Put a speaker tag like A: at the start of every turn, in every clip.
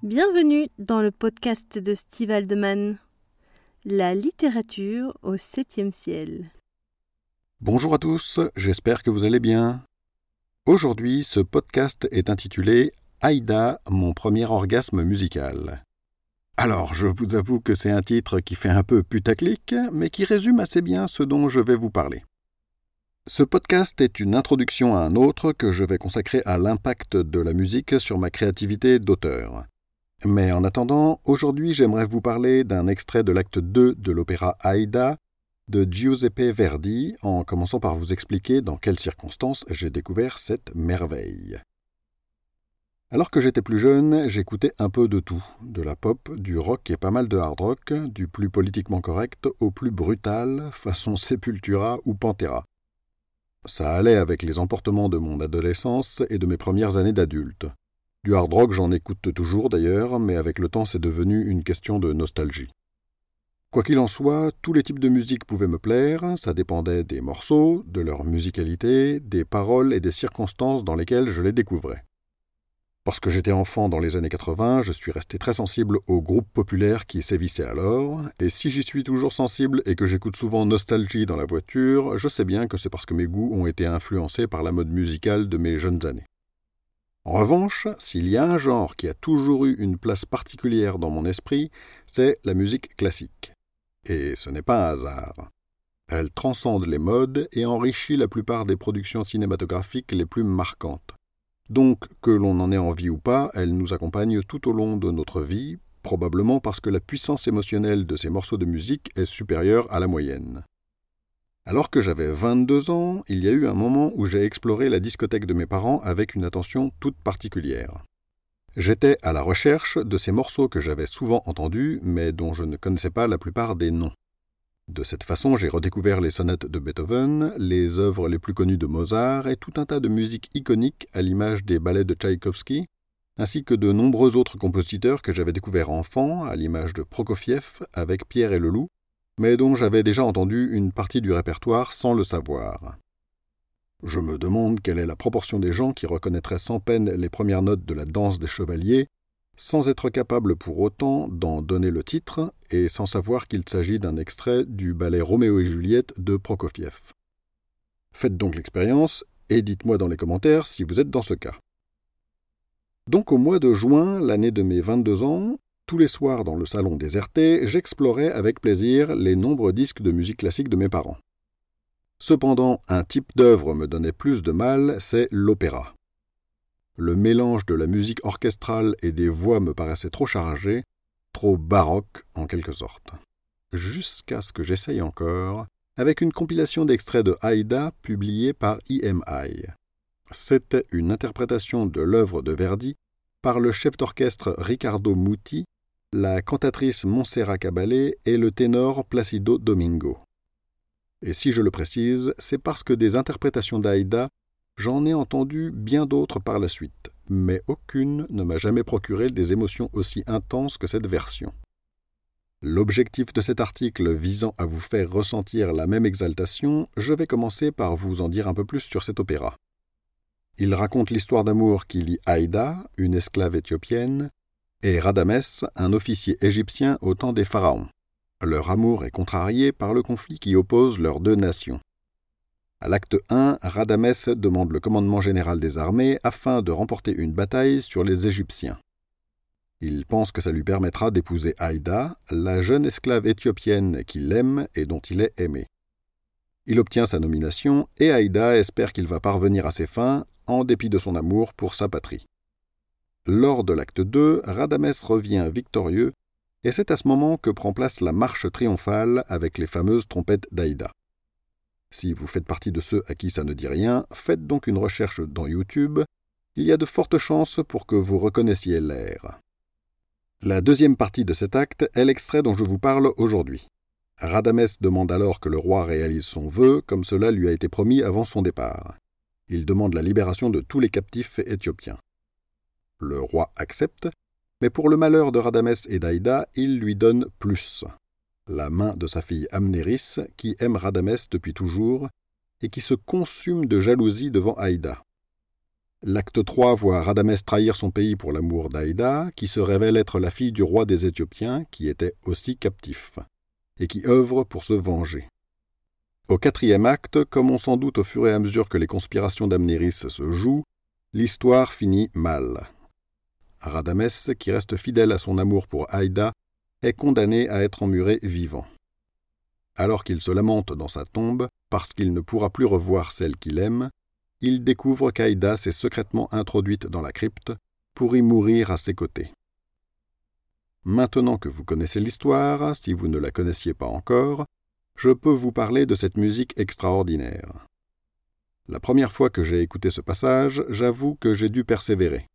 A: Bienvenue dans le podcast de Steve Haldeman, la littérature au 7e ciel.
B: Bonjour à tous, j'espère que vous allez bien. Aujourd'hui, ce podcast est intitulé « Aïda, mon premier orgasme musical ». Alors, je vous avoue que c'est un titre qui fait un peu putaclic, mais qui résume assez bien ce dont je vais vous parler. Ce podcast est une introduction à un autre que je vais consacrer à l'impact de la musique sur ma créativité d'auteur. Mais en attendant, aujourd'hui j'aimerais vous parler d'un extrait de l'acte 2 de l'opéra Aïda de Giuseppe Verdi, en commençant par vous expliquer dans quelles circonstances j'ai découvert cette merveille. Alors que j'étais plus jeune, j'écoutais un peu de tout, de la pop, du rock et pas mal de hard rock, du plus politiquement correct au plus brutal, façon Sepultura ou Pantera. Ça allait avec les emportements de mon adolescence et de mes premières années d'adulte. Du hard rock, j'en écoute toujours d'ailleurs, mais avec le temps, c'est devenu une question de nostalgie. Quoi qu'il en soit, tous les types de musique pouvaient me plaire, ça dépendait des morceaux, de leur musicalité, des paroles et des circonstances dans lesquelles je les découvrais. Parce que j'étais enfant dans les années 80, je suis resté très sensible aux groupes populaires qui sévissaient alors, et si j'y suis toujours sensible et que j'écoute souvent Nostalgie dans la voiture, je sais bien que c'est parce que mes goûts ont été influencés par la mode musicale de mes jeunes années. En revanche, s'il y a un genre qui a toujours eu une place particulière dans mon esprit, c'est la musique classique. Et ce n'est pas un hasard. Elle transcende les modes et enrichit la plupart des productions cinématographiques les plus marquantes. Donc, que l'on en ait envie ou pas, elle nous accompagne tout au long de notre vie, probablement parce que la puissance émotionnelle de ces morceaux de musique est supérieure à la moyenne. Alors que j'avais 22 ans, il y a eu un moment où j'ai exploré la discothèque de mes parents avec une attention toute particulière. J'étais à la recherche de ces morceaux que j'avais souvent entendus, mais dont je ne connaissais pas la plupart des noms. De cette façon, j'ai redécouvert les sonates de Beethoven, les œuvres les plus connues de Mozart et tout un tas de musiques iconiques à l'image des ballets de Tchaïkovski, ainsi que de nombreux autres compositeurs que j'avais découverts enfant, à l'image de Prokofiev avec Pierre et le Loup, mais dont j'avais déjà entendu une partie du répertoire sans le savoir. Je me demande quelle est la proportion des gens qui reconnaîtraient sans peine les premières notes de la danse des chevaliers, sans être capables pour autant d'en donner le titre et sans savoir qu'il s'agit d'un extrait du ballet Roméo et Juliette de Prokofiev. Faites donc l'expérience et dites-moi dans les commentaires si vous êtes dans ce cas. Donc au mois de juin, l'année de mes 22 ans, tous les soirs dans le salon déserté, j'explorais avec plaisir les nombreux disques de musique classique de mes parents. Cependant, un type d'œuvre me donnait plus de mal, c'est l'opéra. Le mélange de la musique orchestrale et des voix me paraissait trop chargé, trop baroque en quelque sorte. Jusqu'à ce que j'essaye encore, avec une compilation d'extraits de Aïda publiée par EMI. C'était une interprétation de l'œuvre de Verdi par le chef d'orchestre Riccardo Muti, la cantatrice Montserrat Caballé et le ténor Placido Domingo. Et si je le précise, c'est parce que des interprétations d'Aïda, j'en ai entendu bien d'autres par la suite, mais aucune ne m'a jamais procuré des émotions aussi intenses que cette version. L'objectif de cet article visant à vous faire ressentir la même exaltation, je vais commencer par vous en dire un peu plus sur cet opéra. Il raconte l'histoire d'amour qui lie Aïda, une esclave éthiopienne, et Radamès, un officier égyptien au temps des pharaons. Leur amour est contrarié par le conflit qui oppose leurs deux nations. À l'acte 1, Radamès demande le commandement général des armées afin de remporter une bataille sur les Égyptiens. Il pense que ça lui permettra d'épouser Aïda, la jeune esclave éthiopienne qu'il aime et dont il est aimé. Il obtient sa nomination et Aïda espère qu'il va parvenir à ses fins en dépit de son amour pour sa patrie. Lors de l'acte 2, Radamès revient victorieux et c'est à ce moment que prend place la marche triomphale avec les fameuses trompettes d'Aïda. Si vous faites partie de ceux à qui ça ne dit rien, faites donc une recherche dans YouTube. Il y a de fortes chances pour que vous reconnaissiez l'air. La deuxième partie de cet acte est l'extrait dont je vous parle aujourd'hui. Radamès demande alors que le roi réalise son vœu, comme cela lui a été promis avant son départ. Il demande la libération de tous les captifs éthiopiens. Le roi accepte, mais pour le malheur de Radamès et d'Aïda, il lui donne plus. La main de sa fille Amnéris, qui aime Radamès depuis toujours, et qui se consume de jalousie devant Aïda. L'acte 3 voit Rhadamès trahir son pays pour l'amour d'Aïda, qui se révèle être la fille du roi des Éthiopiens, qui était aussi captif, et qui œuvre pour se venger. Au 4e acte, comme on s'en doute au fur et à mesure que les conspirations d'Amnéris se jouent, l'histoire finit mal. Rhadamès, qui reste fidèle à son amour pour Aïda, est condamné à être emmuré vivant. Alors qu'il se lamente dans sa tombe, parce qu'il ne pourra plus revoir celle qu'il aime, il découvre qu'Aïda s'est secrètement introduite dans la crypte pour y mourir à ses côtés. Maintenant que vous connaissez l'histoire, si vous ne la connaissiez pas encore, je peux vous parler de cette musique extraordinaire. La première fois que j'ai écouté ce passage, j'avoue que j'ai dû persévérer.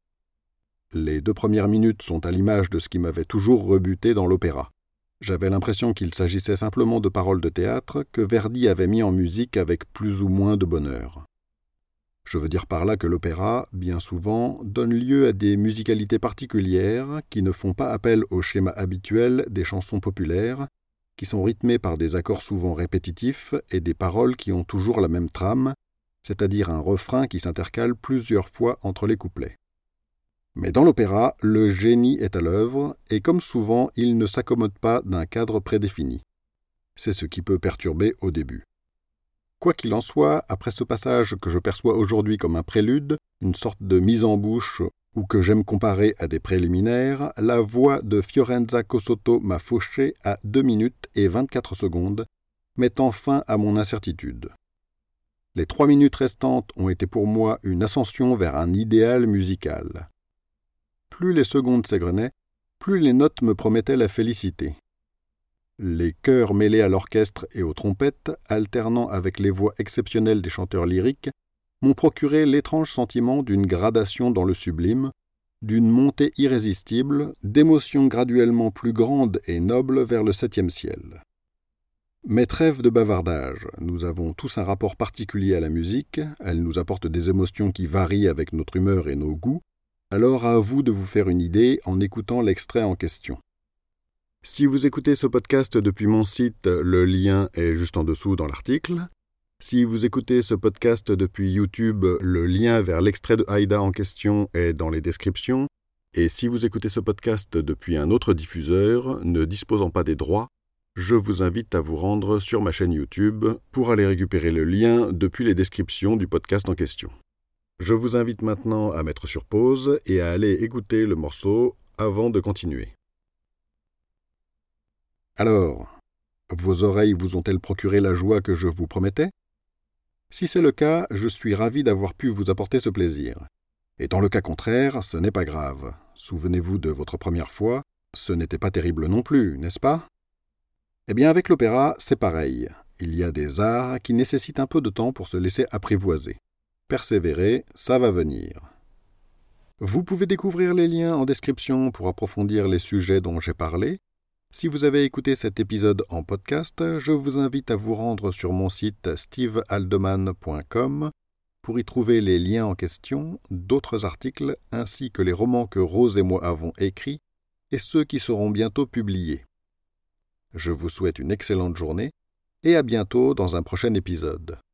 B: Les 2 premières minutes sont à l'image de ce qui m'avait toujours rebuté dans l'opéra. J'avais l'impression qu'il s'agissait simplement de paroles de théâtre que Verdi avait mis en musique avec plus ou moins de bonheur. Je veux dire par là que l'opéra, bien souvent, donne lieu à des musicalités particulières qui ne font pas appel au schéma habituel des chansons populaires, qui sont rythmées par des accords souvent répétitifs et des paroles qui ont toujours la même trame, c'est-à-dire un refrain qui s'intercale plusieurs fois entre les couplets. Mais dans l'opéra, le génie est à l'œuvre, et comme souvent, il ne s'accommode pas d'un cadre prédéfini. C'est ce qui peut perturber au début. Quoi qu'il en soit, après ce passage que je perçois aujourd'hui comme un prélude, une sorte de mise en bouche, ou que j'aime comparer à des préliminaires, la voix de Fiorenza Cosotto m'a fauché à 2 minutes et 24 secondes, mettant fin à mon incertitude. Les 3 minutes restantes ont été pour moi une ascension vers un idéal musical. Plus les secondes s'égrenaient, plus les notes me promettaient la félicité. Les chœurs mêlés à l'orchestre et aux trompettes, alternant avec les voix exceptionnelles des chanteurs lyriques, m'ont procuré l'étrange sentiment d'une gradation dans le sublime, d'une montée irrésistible, d'émotions graduellement plus grandes et nobles vers le 7e ciel. Mais trêve de bavardage, nous avons tous un rapport particulier à la musique, elle nous apporte des émotions qui varient avec notre humeur et nos goûts, alors à vous de vous faire une idée en écoutant l'extrait en question. Si vous écoutez ce podcast depuis mon site, le lien est juste en dessous dans l'article. Si vous écoutez ce podcast depuis YouTube, le lien vers l'extrait de Aïda en question est dans les descriptions. Et si vous écoutez ce podcast depuis un autre diffuseur, ne disposant pas des droits, je vous invite à vous rendre sur ma chaîne YouTube pour aller récupérer le lien depuis les descriptions du podcast en question. Je vous invite maintenant à mettre sur pause et à aller écouter le morceau avant de continuer. Alors, vos oreilles vous ont-elles procuré la joie que je vous promettais ? Si c'est le cas, je suis ravi d'avoir pu vous apporter ce plaisir. Et dans le cas contraire, ce n'est pas grave. Souvenez-vous de votre première fois, ce n'était pas terrible non plus, n'est-ce pas ? Eh bien, avec l'opéra, c'est pareil. Il y a des arts qui nécessitent un peu de temps pour se laisser apprivoiser. Persévérez, ça va venir. Vous pouvez découvrir les liens en description pour approfondir les sujets dont j'ai parlé. Si vous avez écouté cet épisode en podcast, je vous invite à vous rendre sur mon site stevehaldeman.com pour y trouver les liens en question, d'autres articles, ainsi que les romans que Rose et moi avons écrits et ceux qui seront bientôt publiés. Je vous souhaite une excellente journée et à bientôt dans un prochain épisode.